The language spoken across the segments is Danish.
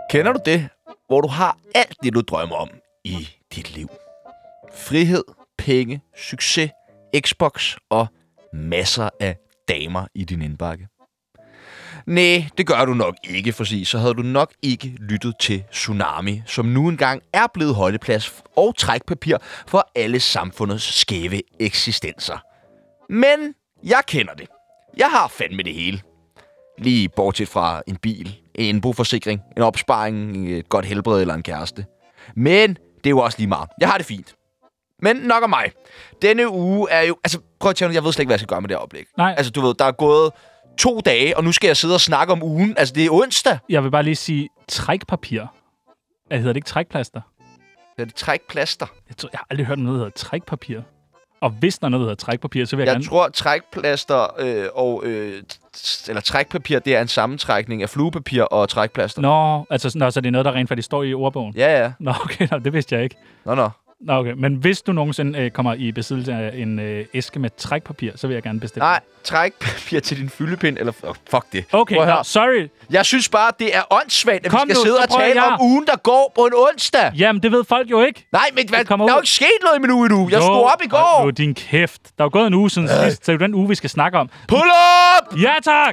Kender du det, hvor du har alt det, du drømmer om i dit liv? Frihed, penge, succes, Xbox og masser af damer i din indbakke. Nej, det gør du nok ikke, for så havde du nok ikke lyttet til Tsunami, som nu engang er blevet holdeplads og trækpapir for alle samfundets skæve eksistenser. Men jeg kender det. Jeg har fandme det hele. Lige bortset fra en bil, en indboforsikring, en opsparing, et godt helbred eller en kæreste. Men det er jo også lige meget. Jeg har det fint. Men nok om mig. Denne uge er jo... Altså, prøv at tænke, jeg ved slet ikke, hvad jeg skal gøre med det her oplæg. Nej. Altså, du ved, der er gået 2 dage, og nu skal jeg sidde og snakke om ugen. Altså, det er onsdag. Jeg vil bare lige sige trækpapir. Hedder det ikke trækplaster? Det er det trækplaster. Jeg har aldrig hørt om noget, der hedder trækpapir. Og hvis der er noget, der hedder trækpapir, så vil jeg gerne... Jeg tror, trækplaster eller trækpapir, det er en sammentrækning af fluepapir og trækplaster. Så det er noget, der rent faktisk står i ordbogen? Ja. Nå, okay, det vidste jeg ikke. Nå. Nå, okay. Men hvis du nogensinde kommer i besiddelse af en æske med trækpapir, så vil jeg gerne bestille. Nej, trækpapir til din fyldepind, eller... fuck det. Okay, sorry. Jeg synes bare, det er åndssvagt, at vi skal sidde og tale om ugen, der går på en onsdag. Jamen, det ved folk jo ikke. Nej, men der er jo ikke sket noget i min uge endnu. Jeg stod op i går. Jo, din kæft. Der er jo gået en uge siden sidst, så det er den uge, vi skal snakke om. Pull up! Ja, tak!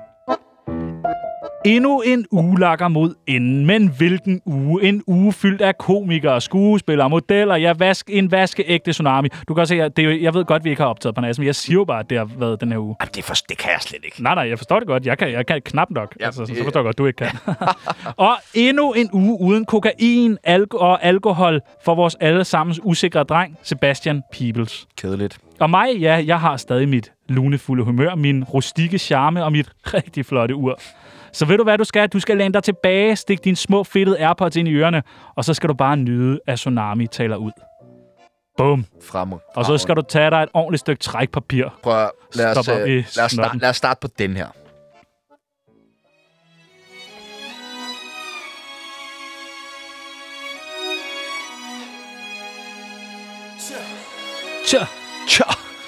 Endnu en uge lakker mod enden, men hvilken uge? En uge fyldt af komikere, skuespillere, modeller, en vaskeægte Tsunami. Du kan se, jeg ved godt, vi ikke har optaget på næsen, men jeg siger jo bare, at det har været den her uge. Jamen, det kan jeg slet ikke. Nej, jeg forstår det godt. Jeg kan knap nok. Ja, så forstår jeg godt, du ikke kan. Og endnu en uge uden kokain, og alkohol for vores allesammens usikre dreng, Sebastian Peebles. Kedeligt. Og mig, ja, jeg har stadig mit lunefulde humør, min rustikke charme og mit rigtig flotte ur. Så ved du, hvad du skal? Du skal læne dig tilbage, stikke dine små fedtede AirPods ind i ørerne, og så skal du bare nyde, at Tsunami taler ud. Bum. Og så skal du tage dig et ordentligt stykke trækpapir. Prøv at lad os starte på den her. Tja.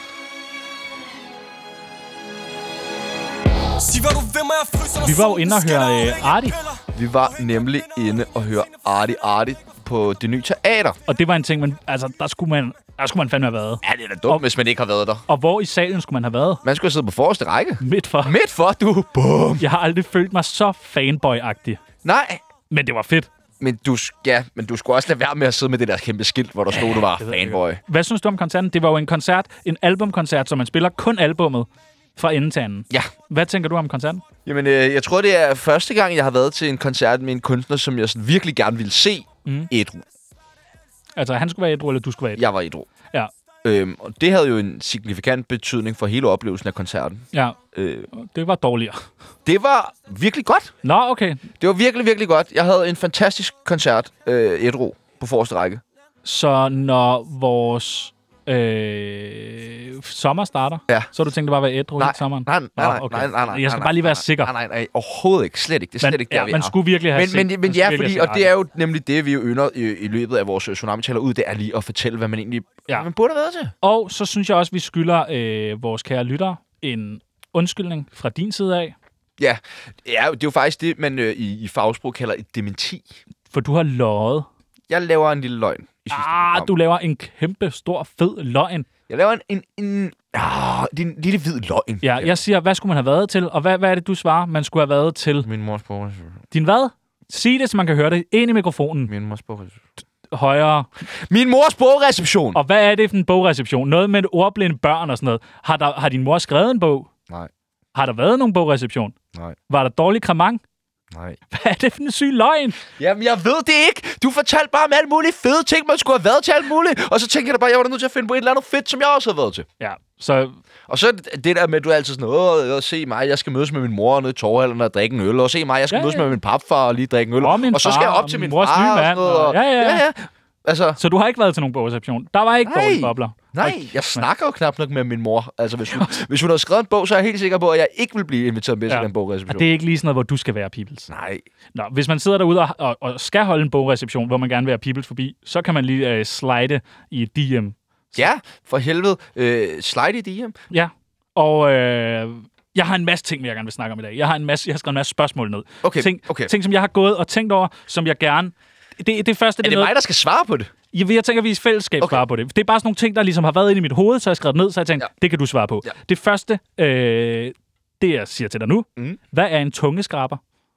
Vi var jo inde og høre Artie. Vi var nemlig inde og høre Artie på Det Nye Teater. Og det var en ting, men altså, der skulle man fandme have været. Ja, det er da dumt, hvis man ikke har været der. Og hvor i salen skulle man have været? Man skulle have siddet på forreste række. Midt for, du. Boom. Jeg har aldrig følt mig så fanboy-agtig. Nej. Men det var fedt. Men du skulle også lade være med at sidde med det der kæmpe skilt, hvor der stod, du var fanboy. Hvad synes du om koncerten? Det var jo en albumkoncert, så man spiller kun albummet fra ende til anden. Ja. Hvad tænker du om koncerten? Jamen, jeg tror, det er første gang, jeg har været til en koncert med en kunstner, som jeg sådan virkelig gerne ville se ædru. Altså, han skulle være ædru, eller du skulle være ædru? Jeg var ædru. Ja. Og det havde jo en signifikant betydning for hele oplevelsen af koncerten. Ja, det var dårligere. Det var virkelig godt. Nå, okay. Det var virkelig, virkelig godt. Jeg havde en fantastisk koncert ædru på forreste række. Så når vores sommer starter, så har du tænkt, det bare være ædru hele sommeren? Nej. Jeg skal bare lige være sikker. Nej, overhovedet ikke. Slet ikke. Det er slet ikke der, vi er. Man skulle virkelig have men ja, fordi, og det er jo nemlig det, vi jo ynder i løbet af vores Tsunami taler ud, det er lige at fortælle, hvad man egentlig man burde have været til. Og så synes jeg også, vi skylder vores kære lyttere en undskyldning fra din side af. Ja, det er jo faktisk det, man i fagsprog kalder et dementi. For du har løjet. Jeg laver en lille løgn i sidste program. Du laver en kæmpe, stor, fed løgn. Jeg laver en lille hvid løgn. Ja, jeg siger, hvad skulle man have været til? Og hvad er det, du svarer, man skulle have været til? Min mors bogreception. Din hvad? Sig det, så man kan høre det. Ind i mikrofonen. Min mors bogreception. Højere. Min mors bogreception. Og hvad er det for en bogreception? Noget med ordblinde børn og sådan noget. Har din mor skrevet en bog? Nej. Har der været nogen bogreception? Nej. Var der dårlig kremang? Nej. Hvad er det for en syg løgn? Jamen, jeg ved det ikke. Du fortalte bare om alle mulige fede ting, man skulle have været til alt muligt. Og så tænkte jeg da bare, jeg var nødt til at finde på et eller andet fedt, som jeg også havde været til. Ja, så... Og så det der med, at du er altid sådan, se mig, jeg skal mødes med min mor nede i Torvhallen og drikke en øl. Og se mig, jeg skal mødes med min papfar og lige drikke en øl. Og så skal jeg op til min far og Ja. Altså, så du har ikke været til nogen bogreception? Der var ikke dårlige bobler? Nej, jeg snakker jo knap nok med min mor. Altså, hvis hun havde skrevet en bog, så er jeg helt sikker på, at jeg ikke vil blive inviteret med til den bogreception. Og det er ikke lige sådan noget, hvor du skal være Peoples? Nej. Nå, hvis man sidder derude og skal holde en bogreception, hvor man gerne vil være Peoples forbi, så kan man lige slide i et DM. Ja, for helvede. Slide i DM. Ja, og Jeg har en masse ting, jeg gerne vil snakke om i dag. Jeg har skrevet en masse spørgsmål ned. Okay. Ting, som jeg har gået og tænkt over, som jeg gerne... Det første, Er det mig, der skal svare på det? Jeg tænker, at vi i fællesskab svarer på det. Det er bare sådan nogle ting, der ligesom har været inde i mit hoved, så jeg har skrevet ned, så jeg tænkte, det kan du svare på. Ja. Det første, det jeg siger til dig nu, hvad er en tungeskraber?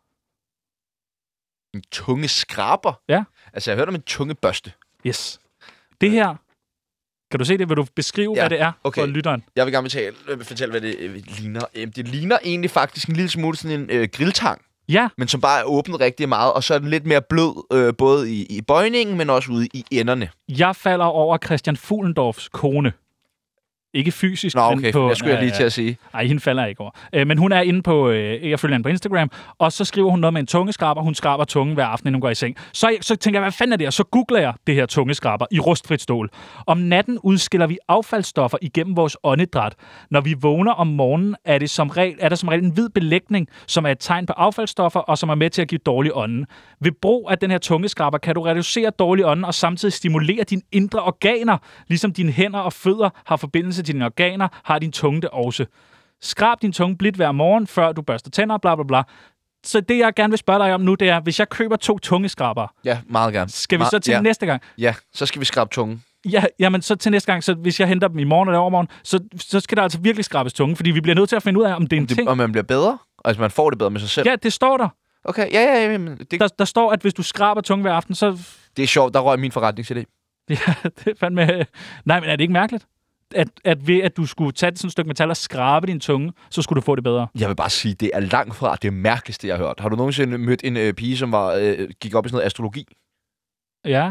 En tungeskraber? Ja. Altså, jeg har hørt om en tungebørste. Yes. Det her, kan du se det? Vil du beskrive, hvad det er for lytteren? Jeg vil gerne fortælle, hvad det ligner. Det ligner egentlig faktisk en lille smule sådan en grilltang. Ja. Men som bare er åbnet rigtig meget, og så er den lidt mere blød, både i bøjningen, men også ude i enderne. Jeg falder over Christian Fuhlendorfs kone. Ikke fysisk, men på... Jeg skulle lige til at sige. Nej, hende falder jeg ikke over. Men hun er inde på... jeg følger hende på Instagram, og så skriver hun noget med en tungeskraber. Hun skraber tungen hver aften, inden hun går i seng. Så tænker jeg, hvad fanden er det? Og så googler jeg det her tungeskraber i rustfrit stål. Om natten udskiller vi affaldsstoffer igennem vores åndedræt. Når vi vågner om morgenen, er der som regel en hvid belægning, som er et tegn på affaldsstoffer, og som er med til at give dårlig ånden. Ved brug af den her tungeskraber kan du reducere dårlig ånden og samtidig stimulere dine indre organer, ligesom dine hænder og fødder har forbindelse til dine organer, har din tunge det også. Skrab din tunge blidt hver morgen, før du børster tænder, bla bla bla. Så det, jeg gerne vil spørge dig om nu, det er, hvis jeg køber 2 tungeskraber... Ja, meget gerne. Skal vi så til næste gang? Ja, så skal vi skrabe tungen. Ja, men så til næste gang, så hvis jeg henter dem i morgen eller overmorgen, så skal der altså virkelig skrabes tunge, fordi vi bliver nødt til at finde ud af, om det er en ting. Om man bliver bedre? Altså, man får det bedre med sig selv? Ja, det står der. Okay, ja. Der står, at hvis du skraber tunge hver aften, så... Det er sjovt, der røg min forretningsidé. Ja, det er fandme... Nej, men er det ikke mærkeligt? At ved at du skulle tage sådan et stykke metal og skrabe din tunge, så skulle du få det bedre. Jeg vil bare sige, det er langt fra det mærkeligste, jeg har hørt. Har du nogensinde mødt en pige, som gik op i sådan noget astrologi? Ja.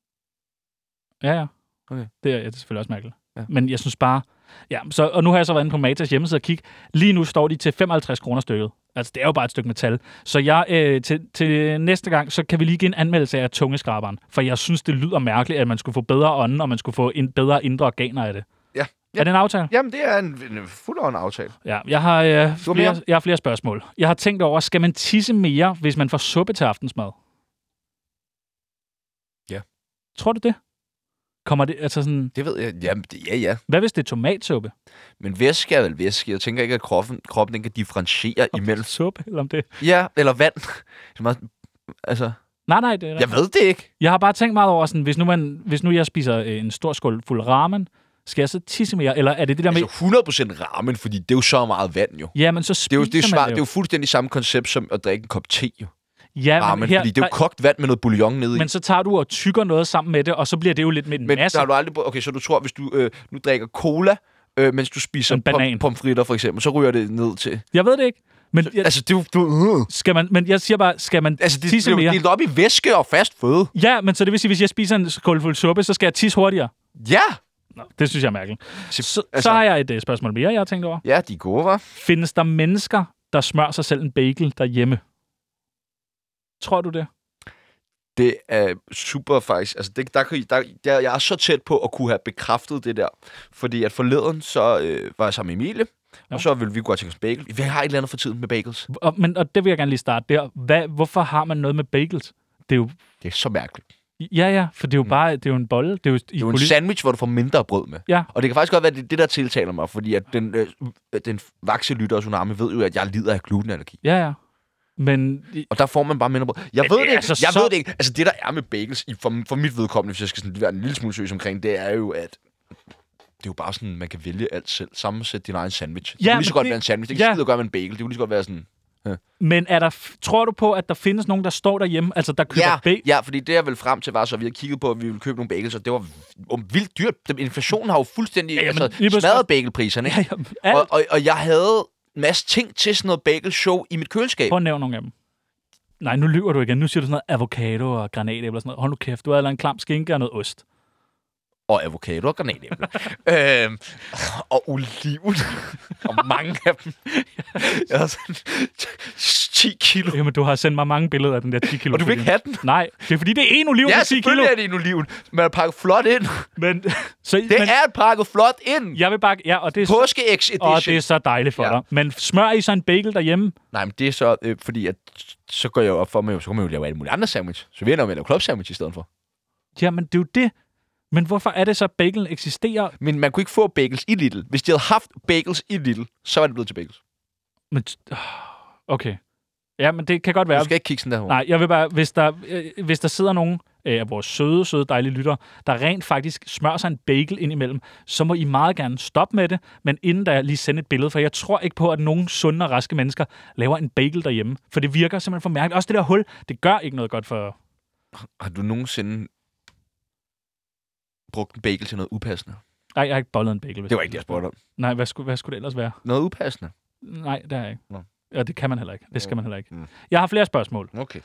Okay. Det er selvfølgelig også mærkeligt. Ja. Men jeg synes bare... Ja, og nu har jeg så været inde på Matas hjemmeside og kigge. Lige nu står de til 55 kroner stykket. Altså, det er jo bare et stykke metal. Så jeg til næste gang, så kan vi lige give en anmeldelse af tungeskraberen. For jeg synes, det lyder mærkeligt, at man skulle få bedre ånden, og man skulle få en bedre indre organer af det. Ja. Er det en aftale? Jamen, det er en fuld aftale. Ja, jeg har flere spørgsmål. Jeg har tænkt over, skal man tisse mere, hvis man får suppe til aftensmad? Ja. Tror du det? Kommer det, altså sådan... Det ved jeg. Jamen, ja. Hvad hvis det er tomatsuppe? Men væske er vel væske. Jeg tænker ikke, at kroppen den kan differentiere imellem... Suppe, eller om det... Ja, eller vand. Altså... Nej, det er jeg ved det ikke. Jeg har bare tænkt meget over, sådan, hvis nu jeg spiser en stor skål fuld ramen, skal jeg så tisse mere? Eller er det det der med... Altså 100% ramen, fordi det er jo så meget vand, jo. Ja, men så spiser man det er jo fuldstændig samme koncept som at drikke en kop te, jo. Ja, ramen, fordi det er jo kogt vand med noget bouillon nede i. Men så tager du og tykker noget sammen med det, og så bliver det jo lidt med en masse. Men har du aldrig... Okay, så du tror, hvis du nu drikker cola, mens du spiser pomfritter for eksempel, så ryger det ned til... Jeg ved det ikke. Men skal man, men jeg siger bare, skal man tisse mere? Det er delt op i væske og fast føde. Ja, men så det vil sige, hvis jeg spiser en skål fuld suppe, så skal jeg tisse hurtigere. Ja! Nå, det synes jeg er mærkeligt. Så har jeg et spørgsmål mere, jeg har tænkt over. Ja, de er gode, hva'? Findes der mennesker, der smører sig selv en bagel derhjemme? Tror du det? Det er super faktisk. Altså, jeg er så tæt på at kunne have bekræftet det der. Fordi at forleden, så var jeg sammen med Emilie, og så ville vi gå og tænke os bagel. Vi har et eller andet for tiden med bagels. Og det vil jeg gerne lige starte der. Hvorfor har man noget med bagels? Det er så mærkeligt. Ja, for det er jo bare det er jo en bolle. Det er jo en sandwich, hvor du får mindre brød med. Ja. Og det kan faktisk godt være, det der tiltaler mig, fordi at den vakselytter og Tsunami ved jo, at jeg lider af glutenallergi. Ja. Men... Og der får man bare mindre brød. Jeg ved det ikke. Altså det, der er med bagels, for mit vedkommende, hvis jeg skal sådan være en lille smule søs omkring, det er jo, at det er jo bare sådan, man kan vælge alt selv. Sammensætte din egen sandwich. Det kunne lige så godt være en sandwich. Det kan skide godt være en bagel. Det kunne lige så godt være sådan... Ja. Men tror du på, at der findes nogen, der står derhjemme, altså der køber bagels? Ja, fordi det jeg vel frem til var, så vi havde kigget på, at vi ville købe nogle bagels, og det var vildt dyrt. Inflationen har jo fuldstændig smadret bagelpriserne. Og jeg havde en masse ting til sådan noget bagelshow i mit køleskab. Prøv at nævne nogle af dem. Nej, nu lyver du igen. Nu siger du sådan noget avocado og granatæbler og sådan noget. Hold nu kæft, du har en klam skinke og noget ost. Og avocado og granatæbler. Og oliven. Og mange af dem. Jeg har sådan 10 kilo. Jamen, du har sendt mig mange billeder af den der 10 kilo. Og du vil ikke have den? Nej, det er fordi, det er en oliven på 10 kilo. Ja, selvfølgelig er det en oliven. Man er pakket flot ind. Men er pakket flot ind. Jeg vil bare... Ja, og det er Påske-X edition. Og det er så dejligt for dig. Men smør I så en bagel derhjemme? Nej, men det er så... fordi at så går jeg op for mig, så kan man jo lave alle mulige andre sandwich. Så vi ender med at lave club sandwich i stedet for. Jamen, det er jo det. Men hvorfor er det så, at bagelen eksisterer? Men man kunne ikke få bagels i Lidl. Hvis de havde haft bagels i Lidl, så var det blevet til bagels. Men, okay. Ja, men det kan godt være. Du skal ikke kigge sådan der. Nej, jeg vil bare, hvis der sidder nogen af vores søde, dejlige lytter, der rent faktisk smører sig en bagel ind imellem, så må I meget gerne stoppe med det, men inden der lige sende et billede, for jeg tror ikke på, at nogen sunde og raske mennesker laver en bagel derhjemme, for det virker simpelthen for mærkeligt. Også det der hul, det gør ikke noget godt for... Har du nogensinde brugt en bagel til noget upassende? Nej, jeg har ikke bollet en bagel. Det var ikke det, jeg spurgte om. Nej, hvad skulle det ellers være? Noget upassende? Nej, det har jeg ikke. Nå. Ja, det kan man heller ikke. Det skal man heller ikke. Jeg har flere spørgsmål. Okay.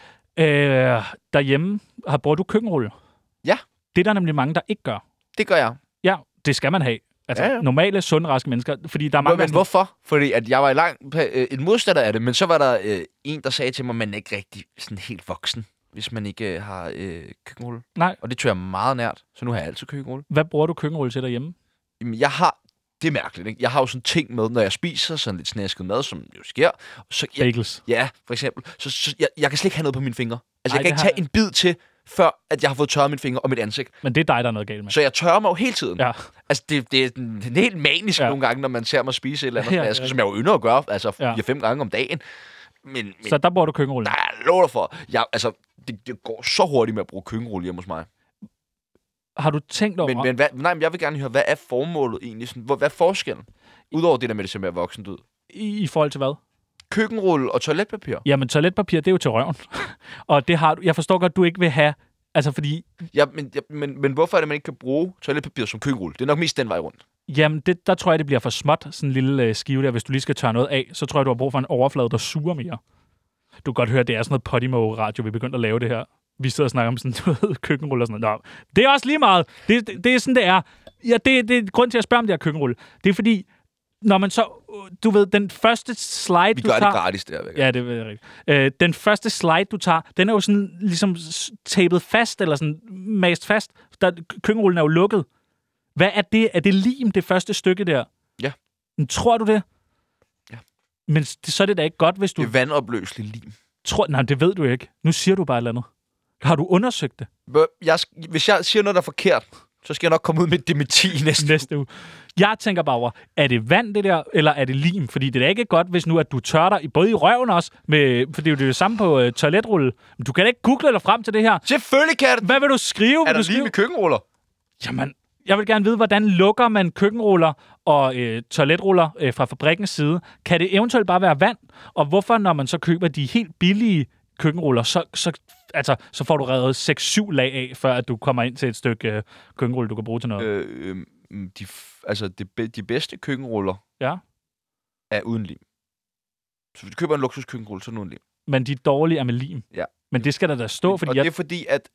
Derhjemme, bruger du køkkenrulle? Ja. Det er der nemlig mange, der ikke gør. Det gør jeg. Ja, det skal man have. Altså Ja. normale, sunde, raske mennesker. Fordi der er mange, Men hvorfor? Fordi at jeg var en modstander af det, men så var der en, der sagde til mig, at man er ikke rigtig sådan helt voksen, hvis man ikke har køkkenrulle. Nej. Og det tør jeg meget nært, så nu har jeg altid køkkenrulle. Hvad bruger du køkkenrulle til derhjemme? Jamen, det er mærkeligt, ikke? Jeg har jo sådan ting med, når jeg spiser sådan lidt snæsket mad, som jo sker. Så Bagels. Ja, for eksempel. Så jeg kan slet ikke have noget på mine fingre. Altså, Ej, jeg kan ikke tage en bid til, før at jeg har fået tørret mine fingre og mit ansigt. Men det er dig, der er noget galt med. Så jeg tørrer mig jo hele tiden. Ja. Altså, det er helt manisk nogle gange, når man ser mig spise et eller andet flaske, som jeg jo ynder at gøre, altså 4-5 gange om dagen. Men så der bruger du køkkenrulle? Nej, jeg lover dig for. Det går så hurtigt med at bruge køkkenrulle hjemme hos mig. Har du tænkt over... Men jeg vil gerne høre, hvad er formålet egentlig? Hvad er forskellen? Udover det der med, det ser mere voksent ud. I forhold til hvad? Køkkenrulle og toiletpapir. Jamen, toiletpapir, det er jo til røven. Og det har du... Jeg forstår godt, du ikke vil have... Altså, fordi... Ja, men hvorfor er det, man ikke kan bruge toiletpapir som køkkenrulle? Det er nok mest den vej rundt. Jamen, der tror jeg, det bliver for småt, sådan en lille skive der. Hvis du lige skal tørre noget af, så tror jeg, du har brug for en overflade, der suger mere. Du kan godt høre, det er sådan noget Podimo-radio, vi begyndte at lave det her. Vi sidder og snakker om sådan køkkenrulle og sådan noget. Nå, det er også lige meget. Det er sådan, det er. Ja, det er grund til at spørge om det her køkkenrulle. Det er fordi, når man så... Du ved, den første slide, du tager... Vi gør det gratis der. Ja, det er rigtigt. Den første slide, du tager, den er jo sådan ligesom tapet fast, eller sådan mast fast. Køkkenrullen er jo lukket. Hvad er det? Er det lim, det første stykke der? Ja. Men tror du det? Ja. Men så er det da ikke godt, hvis du... Det er vandopløselig lim. Nej, det ved du ikke. Nu siger du bare et eller andet. Har du undersøgt det? Hvis jeg siger noget, der er forkert, så skal jeg nok komme ud med dementi næste uge. Jeg tænker bare over, er det vand det der, eller er det lim? Fordi det er ikke godt, hvis nu at du tørrer dig, både i røven også, for det er jo det samme på toiletrulle. Men du kan da ikke google dig frem til det her. Selvfølgelig kan det. Hvad vil du skrive? Er der lim i køkkenruller? Jamen, jeg vil gerne vide, hvordan lukker man køkkenruller og toiletruller fra fabrikkens side? Kan det eventuelt bare være vand? Og hvorfor, når man så køber de helt billige køkkenruller, så får du revet 6-7 lag af, før at du kommer ind til et stykke køkkenrulle, du kan bruge til noget? De bedste køkkenruller er uden lim. Så hvis du køber en luksuskøkkenrulle, så er den uden lim. Men de dårlige er med lim? Ja. Men det skal der stå, fordi... Og det er fordi, at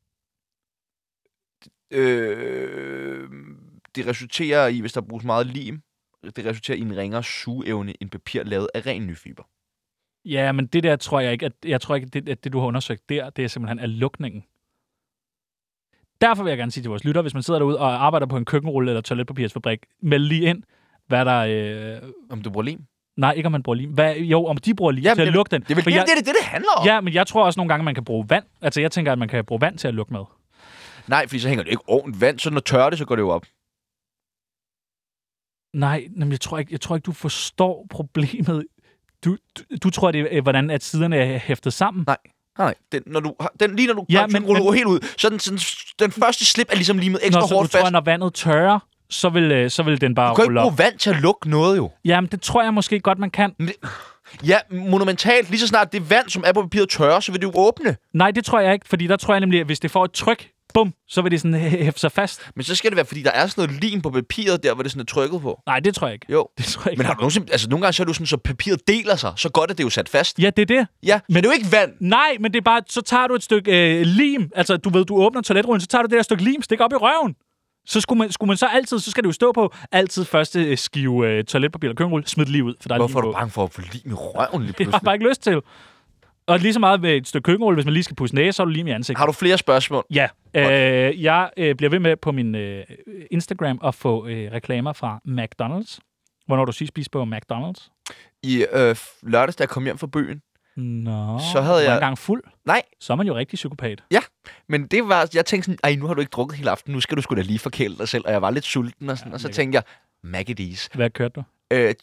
det resulterer i, hvis der bruges meget lim, det resulterer i en ringere sugeevne end papir lavet af ren nyfiber. Ja, men det der tror jeg ikke, at det du har undersøgt der, det er simpelthen af lukningen. Derfor vil jeg gerne sige til vores lytter, hvis man sidder derude og arbejder på en køkkenrulle eller toiletpapirsfabrik, meld lige ind, hvad der... Om du bruger lim? Nej, ikke om man bruger lim. Om de bruger lim til at lukke den. Det er vel det handler om. Ja, men jeg tror også nogle gange, man kan bruge vand. Altså, jeg tænker, at man kan bruge vand til at lukke med. Nej, fordi så hænger det ikke ordentligt vand, så når tørrer det, så går det jo op. Nej, men jeg tror ikke, du forstår problemet. Du tror, det er, hvordan at siderne er hæftet sammen? Nej. Når du ruller helt ud, så den første slip er ligesom limet ekstra hårdt fast. Så du tror, når vandet tørrer, så vil den bare rulle op? Du kan ikke bruge vand til at lukke noget, jo. Jamen, det tror jeg måske godt, man kan. Ja, monumentalt. Lige så snart det vand, som er på papiret, tørrer, så vil det jo åbne. Nej, det tror jeg ikke, fordi der tror jeg nemlig, at hvis det får et tryk, bum, så vil det sådan hæfte sig fast. Men så skal det være, fordi der er sådan noget lim på papiret der, hvor det sådan er trykket på. Nej, det tror jeg ikke. Jo. Det tror jeg ikke. Men har du nogensinde... Altså, nogle gange så er det jo sådan, så papiret deler sig. Så godt, at det er jo sat fast. Ja, det er det. Ja, men det er jo ikke vand. Nej, men det er bare... Så tager du et stykke lim. Altså, du åbner toiletrullen, så tager du det der stykke lim, stik op i røven. Så skulle man så altid... Så skal det jo stå på altid første skive toiletpapir eller køkkenrulle. Smid lige ud, for der er hvorfor er du bange for at få lim i røven lige pludselig? Jeg har bare ikke lyst til. Og lige så meget med et stykke køkkenrulle, hvis man lige skal pusse næse, så er du lim i ansigtet. Har du flere spørgsmål? Ja. Jeg bliver ved med på min Instagram at få reklamer fra McDonald's. Hvornår du sidst spiste på McDonald's? I lørdags, da jeg kom hjem fra byen. Nå, så havde jeg... engang fuld? Nej. Så er man jo rigtig psykopat. Ja, men det var... Jeg tænkte sådan, nu har du ikke drukket hele aften, nu skal du sgu da lige forkæle dig selv. Og jeg var lidt sulten og sådan, og så tænkte jeg, Mac it ease. Hvad kørte du?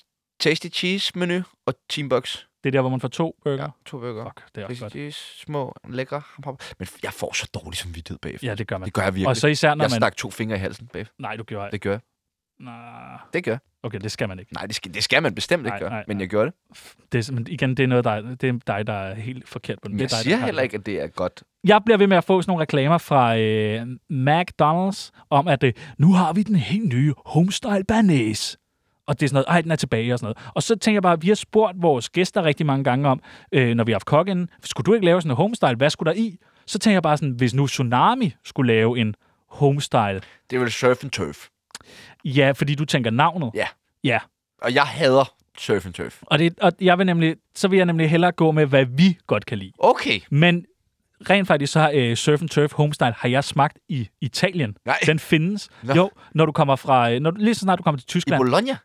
Tasty Cheese menu og Teambox. Det er der, hvor man får 2 burger. Ja, 2 burger. Fuck, det er også Tasty godt. Cheese, små, lækre. Men jeg får så dårlig samvittighed bagefter. Ja, det gør man. Det gør jeg virkelig. Og så især, når jeg man... stak 2 fingre i halsen bagefter. Nej, du gjorde ikke. Det gør jeg. Nej. Det gør jeg. Okay, det skal man ikke. Nej, det skal man bestemt ikke gøre. Men jeg gør det. Men igen, det er noget, det er dig, der er helt forkert på den. Jeg siger heller ikke, at det er godt. Jeg bliver ved med at få sådan nogle reklamer fra McDonald's om, at nu har vi den helt nye Homestyle Banæs. Og det er sådan noget, den er tilbage og sådan noget. Og så tænker jeg bare, vi har spurgt vores gæster rigtig mange gange om, når vi har haft kok inden, skulle du ikke lave sådan en homestyle? Hvad skulle der i? Så tænker jeg bare sådan, hvis nu Tsunami skulle lave en homestyle. Det er vel surf and turf. Ja, fordi du tænker navnet. Ja. Ja. Og jeg hader surf and turf. Og så vil jeg nemlig hellere gå med, hvad vi godt kan lide. Okay. Men rent faktisk så har Surf and Turf Homestyle har jeg smagt i Italien. Nej. Den findes. Nå. Jo, når du kommer fra... lige så snart du kommer til I Tyskland. Bologna?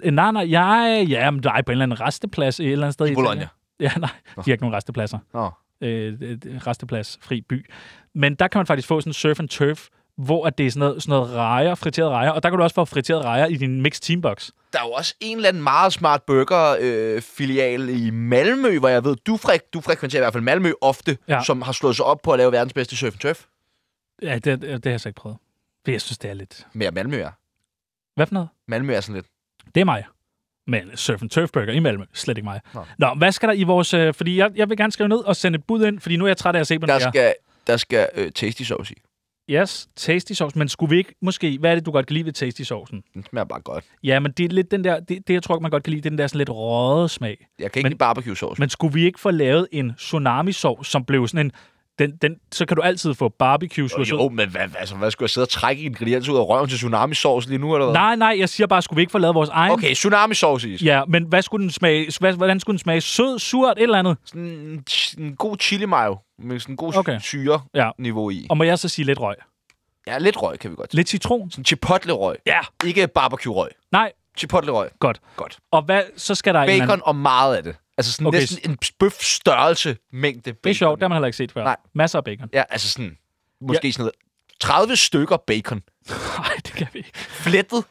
Nej, men der er på en eller anden resteplads et eller andet sted I Bologna? Ja, nej, de har ikke nogen restepladser. Nå. Resteplads, fri by. Men der kan man faktisk få sådan en Surf and Turf, hvor det er sådan noget rejer, friteret rejer, og der kan du også få friteret rejer i din mixed teambox. Der er jo også en eller anden meget smart burger-filial i Malmø, hvor jeg ved, du frekventerer i hvert fald Malmø ofte, som har slået sig op på at lave verdens bedste surf and turf. Ja, det har jeg så ikke prøvet. For jeg synes, det er lidt... Mere Malmø er. Hvad for noget? Malmø er sådan lidt. Det er mig. Men surf and turf burger i Malmø, slet ikke mig. Nå, hvad skal der i vores... fordi jeg vil gerne skrive ned og sende et bud ind, fordi nu er jeg træt af at se på den her. Der skal tasty sauce i. Yes, tasty sauce. Men skulle vi ikke måske... Hvad er det, du godt kan lide ved tasty saucen? Den smager bare godt. Ja, men det er lidt den der... Det jeg tror, man godt kan lide, det er den der sådan lidt røget smag. Jeg kan ikke lide barbecue sauce. Men skulle vi ikke få lavet en tsunami sauce, som blev sådan en... så kan du altid få barbecue sauce. Jo, men hvad skulle jeg sidde og trække ingredienser ud af røven til tsunami sauce lige nu, eller hvad? Nej, jeg siger bare, skulle vi ikke få lavet vores egen... Okay, tsunami sauce i. Ja, men hvad skulle den smage? Hvordan skulle den smage? Sød, surt, et eller andet? Sådan en god chili mayo med sådan en god syre-niveau i. Og må jeg så sige lidt røg? Ja, lidt røg kan vi godt. Lidt citron? Sådan chipotle-røg. Ja. Ikke barbecue-røg. Nej. Chipotle-røg. Godt. Og hvad, så skal der bacon og meget af det. Altså sådan næsten en bøf-størrelse mængde bacon. Det er sjovt, det har man heller ikke set før. Nej. Masser af bacon. Ja, altså sådan, måske sådan noget 30 stykker bacon. Nej, det kan vi ikke. Flettet.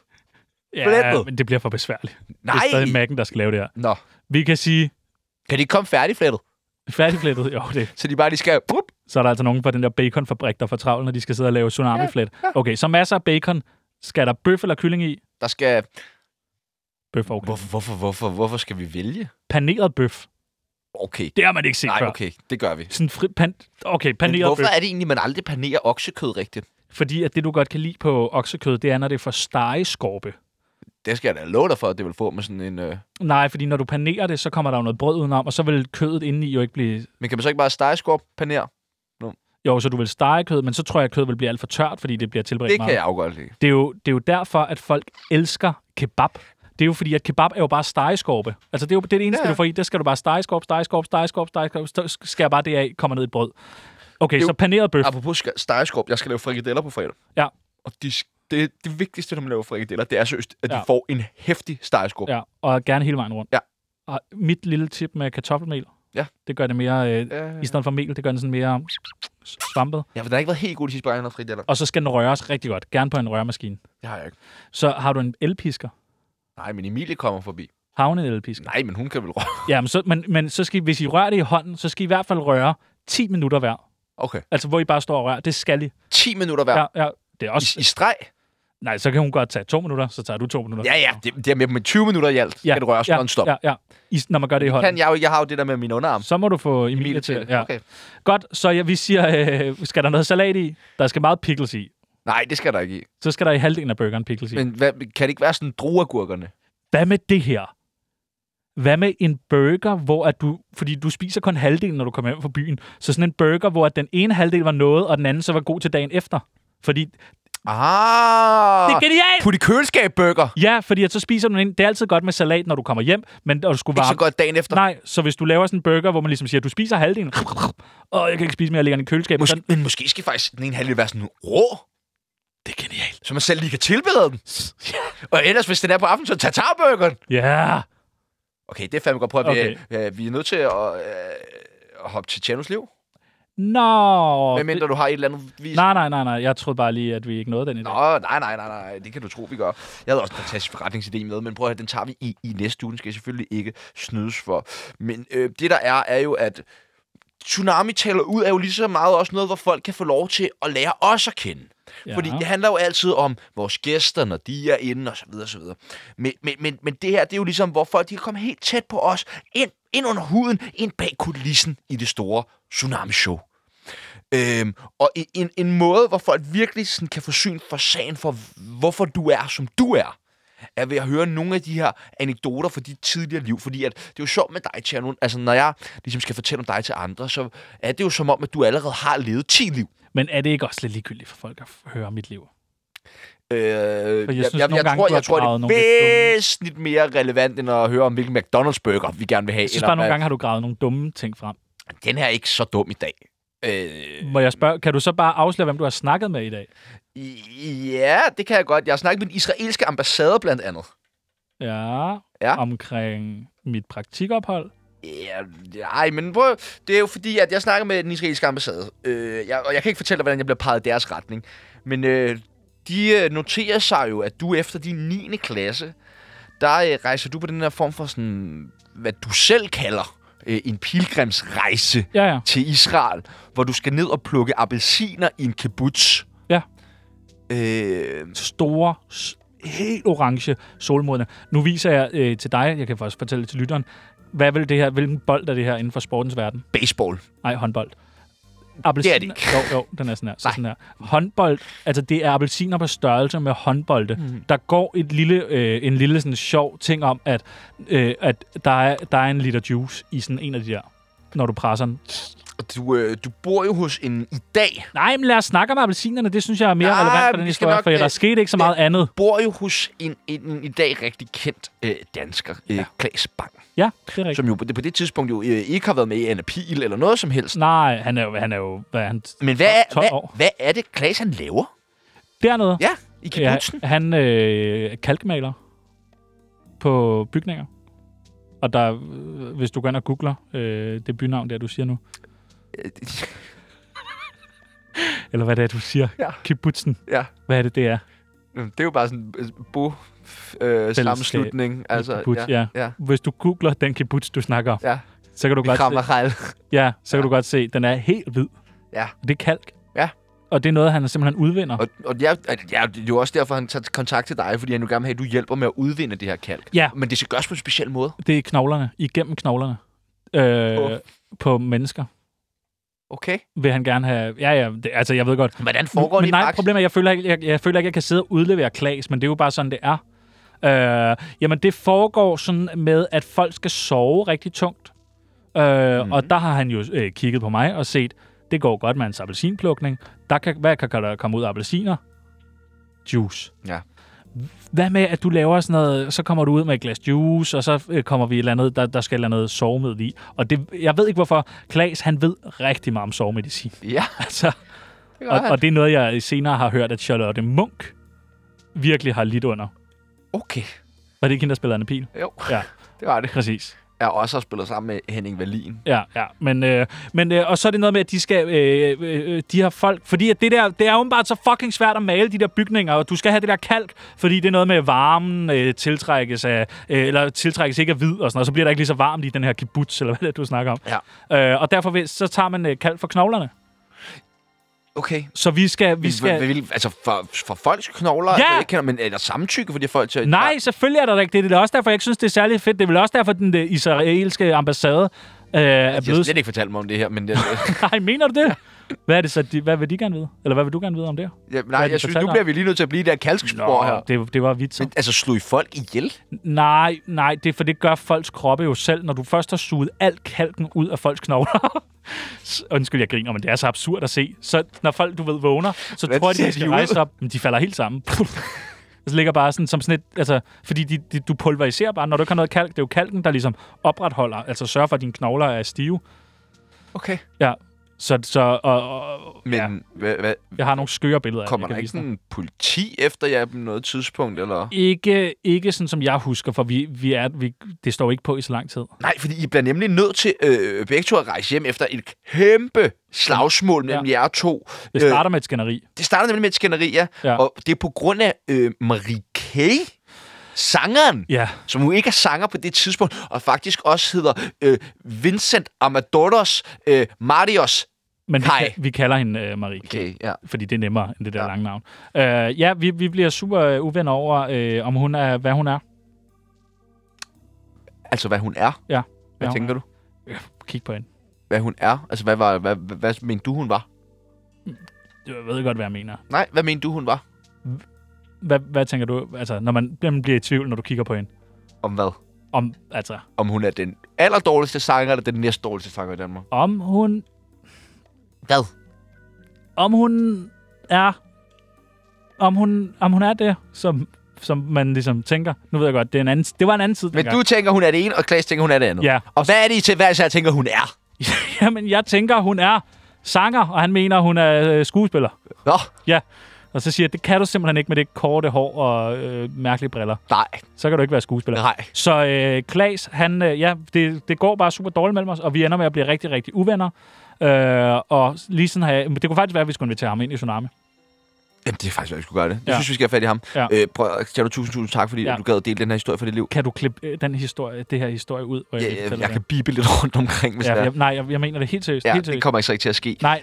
Ja, men det bliver for besværligt. Nej. Det er stadig Mac'en, der skal lave det her. Nå. Vi kan sige... Kan de ikke komme færdigflettet? Færdigflettet? Jo, det. Så de bare skal... Så er der altså nogen fra den der baconfabrik, der får travlt, når de skal sidde og lave tsunami-flet. Ja. Okay, så masser af bacon. Skal der bøf eller kylling i? Der skal... Bøf og kylling. Hvorfor skal vi vælge? Paneret bøf. Okay. Det har man ikke set før. Nej, okay. Det gør vi. Sådan paneret bøf. Hvorfor er det egentlig, man aldrig panerer oksekød rigtigt? Fordi at det, du godt kan lide på oksekød, det er, når det er for stegeskorpe. Det skal jeg da love dig for, at det vil få med sådan en... Nej, fordi når du panerer det, så kommer der jo noget brød udenom, og så vil kødet indeni jo ikke blive... Men kan man så ikke bare stegeskorpe panere? No. Jo, så du vil stege kød, men så tror jeg, at kødet vil blive alt for tørt, fordi det bliver tilberedt meget. Det kan jeg afgøre lide. Det er jo derfor, at folk elsker kebab. Det er jo fordi, at kebab er jo bare stegeskorpe. Altså, det er jo det eneste, du får i. Der skal du bare stegeskorpe. Så skal jeg bare det af, kommer ned i et brød. Okay, så paneret bøf. Apropos stegeskorpe, jeg skal lave frikadeller på fredag. Ja. Og det vigtigste, når man laver frikadeller, det er seriøst, at de får en heftig stegeskorpe. Ja, og gerne hele vejen rundt. Ja. Og mit lille tip med kartoffelmel, det gør det mere, i stedet for mel, det gør den sådan mere svampet. Ja, for den har ikke været helt god de sidste gange, frikadeller. Og så skal den røres rigtig godt. Gerne på en røremaskine. Det har jeg ikke. Så har du en elpisker? Nej, men Emilie kommer forbi. Har hun en elpisker? Nej, men hun kan vel røre. Ja, men så skal hvis I rører det i hånden, så skal I hvert fald røre 10 minutter hver. Okay. Altså, hvor I bare står og rører. Det skal I. 10 minutter hver? Ja. Det er også... I streg? Nej, så kan hun godt tage 2 minutter, så tager du 2 minutter. Ja, det er med 20 minutter i alt. Skal det røres non-stop? Ja. Når man gør det i hånden. Jeg har jo det der med min underarm. Så må du få Emilie til. Ja. Okay. Godt, så vi siger, skal der noget salat i? Der skal meget pickles i. Nej, det skal der ikke i. Så skal der i halvdelen af burgeren pickles i. Men kan det ikke være sådan drueagurkerne? Hvad med det her? Hvad med en burger, hvor at fordi du spiser kun halvdelen, når du kommer hjem fra byen. Så sådan en burger, hvor at den ene halvdel var noget, og den anden så var god til dagen efter. Fordi... Det er genialt! Put i køleskab burger. Ja, fordi at så spiser du en. Det er altid godt med salat, når du kommer hjem, men du skulle varme. Ikke så godt dagen efter. Nej, så hvis du laver sådan en burger, hvor man ligesom siger, du spiser halvdelen. Jeg kan ikke spise mere, jeg lægger den i køleskabet. Men måske skal faktisk den ene halvdel være sådan rå. Det er genialt. Så man selv lige kan tilberede den. Og ellers, hvis den er på aften, så tartarburgeren. Ja. Okay, det er fandme godt prøvet. Okay. Vi er nødt til at hoppe til Chanos liv. Nå. Hvad mindre du har et eller andet vis? Nej. Jeg troede bare lige, at vi ikke nåede den i dag. Nå, nej. Det kan du tro, vi gør. Jeg havde også en fantastisk forretningsidé med, men prøv at høre, den tager vi i næste uge. Den skal jeg selvfølgelig ikke snydes for. Men det der er jo, at Tsunami taler ud er jo lige så meget også noget, hvor folk kan få lov til at lære os at kende. Ja. Fordi det handler jo altid om vores gæster, når de er inde, og så videre, og så videre. Men det her, det er jo ligesom, hvor folk de kan komme helt tæt på os, ind under huden, ind bag kulissen i det store Tsunami-show. Og en måde, hvor folk virkelig sådan kan få syn for sagen for, hvorfor du er, som du er ved at høre nogle af de her anekdoter fra dit tidligere liv. Fordi at det er jo sjovt med dig, Tjerno. Altså, når jeg ligesom skal fortælle om dig til andre, så er det jo som om, at du allerede har levet 10 liv. Men er det ikke også lidt ligegyldigt for folk at høre om mit liv? Jeg tror, det er væsentligt mere relevant, end at høre om, hvilken McDonald's-burger vi gerne vil have. Jeg synes bare, nogle gange har du gravet nogle dumme ting frem. Den her er ikke så dum i dag. Må jeg spørge, kan du så bare afsløre, hvem du har snakket med i dag? Ja, det kan jeg godt. Jeg har snakket med den israelske ambassade blandt andet. Ja. Omkring mit praktikophold. Ja, men prøv, det er jo fordi, at jeg snakker med den israelske ambassade. Og jeg kan ikke fortælle dig, hvordan jeg bliver peget i deres retning. Men de noterer sig jo, at du efter din 9. klasse, der rejser du på den her form for sådan, hvad du selv kalder en pilgrimsrejse til Israel, hvor du skal ned og plukke appelsiner i en kibbutz. Ja. Store, helt orange solmodne. Nu viser jeg til dig, jeg kan faktisk fortælle det til lytteren, hvilken bold er det her inden for sportens verden? Baseball. Nej, håndbold. Det er det ikke. Jo, den er sådan her. Så sådan her. Håndbold, altså det er appelsiner på størrelse med håndbolde. Der går en lille sådan sjov ting om, at der er en liter juice i sådan en af de der, når du presser den. Du bor jo hos en i dag. Nej, men lad os snakke om appelsinerne. Det synes jeg er mere relevant for den historie, for der skete ikke så meget andet. Du bor jo hos en i dag rigtig kendt dansker, Claes Bang. Ja, det er rigtigt. Som jo på det tidspunkt jo ikke har været med i Anna Pihl eller noget som helst. Nej, han er jo Men hvad er det, Claes han laver? Dernede? Ja, i kibbutzen. Ja, han kalkmaler på bygninger. Og der, hvis du går ind og googler det bynavn der, du siger nu. Eller hvad det er, du siger? Ja. Kibbutzen. Ja. Hvad er det er? Det er jo bare sådan en sammenslutning. Altså, kibbutz, ja. Hvis du googler den kibbutz, du snakker om, så kan du godt se, at den er helt hvid. Ja. Det er kalk. Ja. Og det er noget, han simpelthen udvinder. Og det er jo også derfor, han tager kontakt til dig, fordi han nu gerne vil have, at du hjælper med at udvinde det her kalk. Ja. Men det skal gøres på en speciel måde. Det er knoglerne. Igennem knoglerne. På mennesker. Okay. Vil han gerne have... Ja, altså jeg ved godt. Hvordan foregår det i praksis? Problemet er, jeg føler ikke, at jeg kan sidde og udlevere Claes, men det er jo bare sådan, det er. Jamen, det foregår sådan med, at folk skal sove rigtig tungt. Og der har han jo kigget på mig og set, det går godt med hans appelsinplukning. Hvad kan der komme ud af appelsiner? Juice. Ja. Hvad med, at du laver sådan noget, så kommer du ud med et glas juice, og så kommer vi et eller andet, der skal et eller andet sovemiddel i. Og det, jeg ved ikke hvorfor, Claes, han ved rigtig meget om sovemedicin. Ja. Altså, og det er noget, jeg senere har hørt, at Charlotte Munch virkelig har lidt under. Okay. Var det ikke hende, der spillede Anna Pihl? Jo, ja. Det var det. Præcis. Jeg også har spillet sammen med Henning Wallin. Ja. Men og så er det noget med, at de skal, de her folk, fordi at det er åbenbart så fucking svært at male de der bygninger, og du skal have det der kalk, fordi det er noget med varmen tiltrækkes ikke af hvid og sådan noget, så bliver der ikke lige så varmt i den her kibbutz, eller hvad det er, du snakker om. Ja. Og derfor så tager man kalk for knoglerne. Okay. Så vi skal... Altså for folks knogler? Ja! Altså, men er der samtykke for de folk til... Nej, selvfølgelig er der ikke det. Det er også derfor, jeg ikke synes, det er særlig fedt. Det er vel også derfor, den israelske ambassade er blevet... Jeg har slet ikke fortalt mig om det her, men... Nej, mener du det? Hvad er det så? Hvad vil de gerne vide? Eller hvad vil du gerne vide om det? Ja, nej, jeg synes, nu bliver vi lige nødt til at blive der kalkspor her. Det var vidt så. Men, altså, slog I folk ihjel? Nej, det gør folks kroppe jo selv. Når du først har suget alt kalken ud af folks knogler... Undskyld, jeg griner, men det er så absurd at se. Så når folk, du ved, vågner, så tror de skal rejse op, men de falder helt sammen. Det ligger bare sådan, som sådan et... Altså, fordi du pulveriserer bare. Når du ikke har noget kalk, det er jo kalken, der ligesom opretholder, altså sørger for, at dine knogler er stive. Okay. Ja. Men ja, hvad, jeg har nogle skøre billeder kommer af det. der ikke sådan politi efter jer på noget tidspunkt, eller? Ikke sådan, som jeg husker, for det står ikke på i så lang tid. Nej, fordi I bliver nemlig nødt til begge to at rejse hjem efter et kæmpe slagsmål mellem jer to. Det starter med et skænderi. Det starter nemlig med et skænderi, ja. Og det er på grund af Marie Kay, sangeren, som jo ikke er sanger på det tidspunkt, og faktisk også hedder Vincent Amadoros Marios. Men vi kalder hende Marie Kay, fordi det er nemmere end det der lange navn. Vi bliver super uvenner over, om hun er, hvad hun er. Altså, hvad hun er? Ja. Hvad tænker du? Kig på hende. Hvad hun er? Altså, hvad mente du, hun var? Jeg ved godt, hvad jeg mener. Nej, hvad mente du, hun var? Hvad tænker du, altså, når man bliver i tvivl, når du kigger på hende? Om hvad? Om hun er den allerdårligste sanger, eller den næstdårligste sanger i Danmark? Om hun... Hvad? Om hun er det, som man ligesom tænker. Nu ved jeg godt, det var en anden tid. Men du tænker, hun er det ene, og Claes tænker, hun er det andet. Ja. Og hvad er det, I til hver især tænker, hun er? Jamen, jeg tænker, hun er sanger, og han mener, hun er skuespiller. Nå. Ja. Og så siger jeg, det kan du simpelthen ikke med det korte hår og mærkelige briller. Nej. Så kan du ikke være skuespiller. Nej. Så Claes, han, det går bare super dårligt mellem os, og vi ender med at blive rigtig, rigtig uvenner. Og lige sådan det kunne faktisk være, at vi skulle invitere ham ind i Tsunami. Jamen, det er faktisk, at vi skulle gøre det. Jeg synes, vi skal have fat i ham. Ja. Prøv at sige tusind tak, fordi du gad at dele den her historie for dit liv. Kan du klippe det her historie ud? Jeg kan bibe lidt rundt omkring, hvis det er. Jeg mener det helt seriøst. Ja, det kommer ikke til at ske. Nej.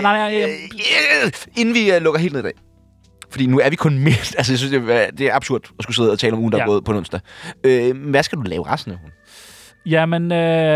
Inden vi lukker helt ned i dag. Fordi nu er vi kun midt. Altså, jeg synes, det er absurd at skulle sidde og tale om ugen, der er gået på en onsdag. Hvad skal du lave resten af ugen? Jamen,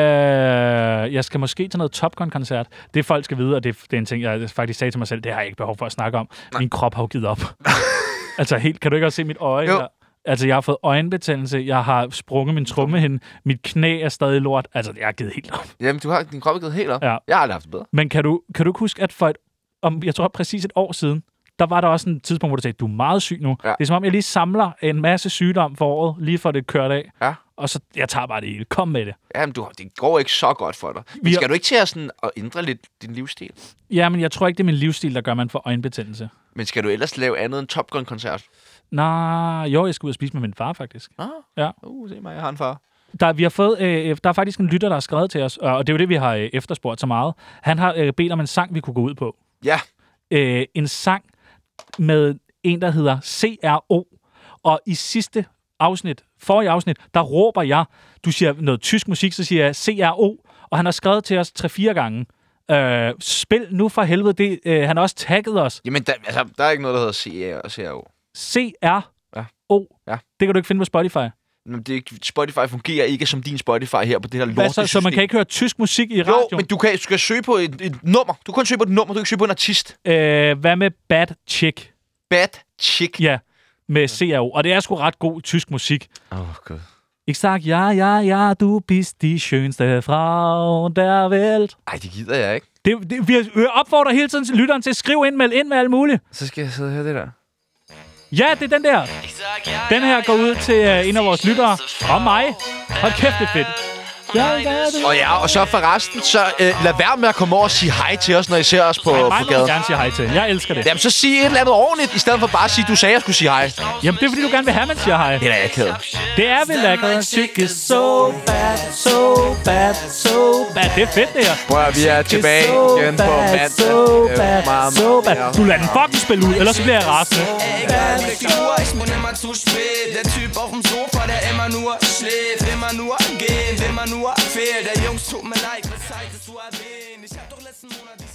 jeg skal måske til noget Top Gun-koncert. Det folk skal vide, og det er en ting, jeg faktisk sagde til mig selv, det har jeg ikke behov for at snakke om. Min krop har jo givet op. Altså helt, kan du ikke også se mit øje her? Altså, jeg har fået øjenbetændelse, jeg har sprunget min trommehinde, mit knæ er stadig lort. Altså, jeg har givet helt op. Jamen, din krop er givet helt op. Ja. Jeg har aldrig haft det bedre. Men kan du ikke huske, at jeg tror præcis et år siden, der var der også en tidspunkt, hvor du sagde, du er meget syg nu. Ja. Det er som om, jeg lige samler en masse sygdom for året, lige for det kørt af. Ja. Og så, jeg tager bare det hele. Kom med det. Jamen, det går ikke så godt for dig. Men skal du ikke til at ændre lidt din livsstil? Jamen, jeg tror ikke, det er min livsstil, der gør, man får øjenbetændelse. Men skal du ellers lave andet end Top Gun-koncert? Nej, jeg skal ud og spise med min far, faktisk. Ja. Se mig, jeg har en far. Der er faktisk en lytter, der har skrevet til os, og det er jo det, vi har efterspurgt så meget. Han har bedt om en sang, vi kunne gå ud på. Ja. En sang med en, der hedder CRO. Og i forrige afsnit, der råber jeg, du siger noget tysk musik, så siger jeg CRO, og han har skrevet til os 3-4 gange. Spil nu for helvede, han har også tagget os. Jamen, der er ikke noget, der hedder CRO. CRO? Ja. Det kan du ikke finde på Spotify. Men Spotify fungerer ikke som din Spotify her på det her lortesystem. Så man kan ikke høre tysk musik i radio? Jo, men du skal søge på et nummer. Du kan søge på et nummer, du kan søge på en artist. Hvad med Bad Chick? Bad Chick? Ja, med CRO. Og det er sgu ret god tysk musik. God. Ich sag ja, du bist die schönste Frau der Welt. Ej, det gider jeg ikke. Vi opfordrer hele tiden lytteren til at skrive ind med alt muligt. Så skal jeg sidde og høre det der. Ja, det er den der. Den her går ud til en af vores lyttere. Og mig. Hold kæft, det er fedt. Og så for resten, så lad være med at komme over og sige hej til os, når I ser os på gaden. Jeg vil gerne sige hej til. Jeg elsker det. Jamen, så sig et eller andet ordentligt, i stedet for bare at sige, du sagde, jeg skulle sige hej. Jamen, det er fordi, du gerne vil have, at man siger hej. Det er da akavet. Det er vel lækkert. Chick is so bad, so bad, so bad. Det er fedt, det her. Prøv at vi er tilbage igen på mandag. So bad. Du lader den fucking spille ud, ellers så bliver jeg rasende. Der Typ auf dem Sofa, der immer nur schläft, immer nur gehen, immer nur fehlt. Der Jungs, tut mir leid, was Zeit ist zu erwähnen. Ich hab doch letzten Monat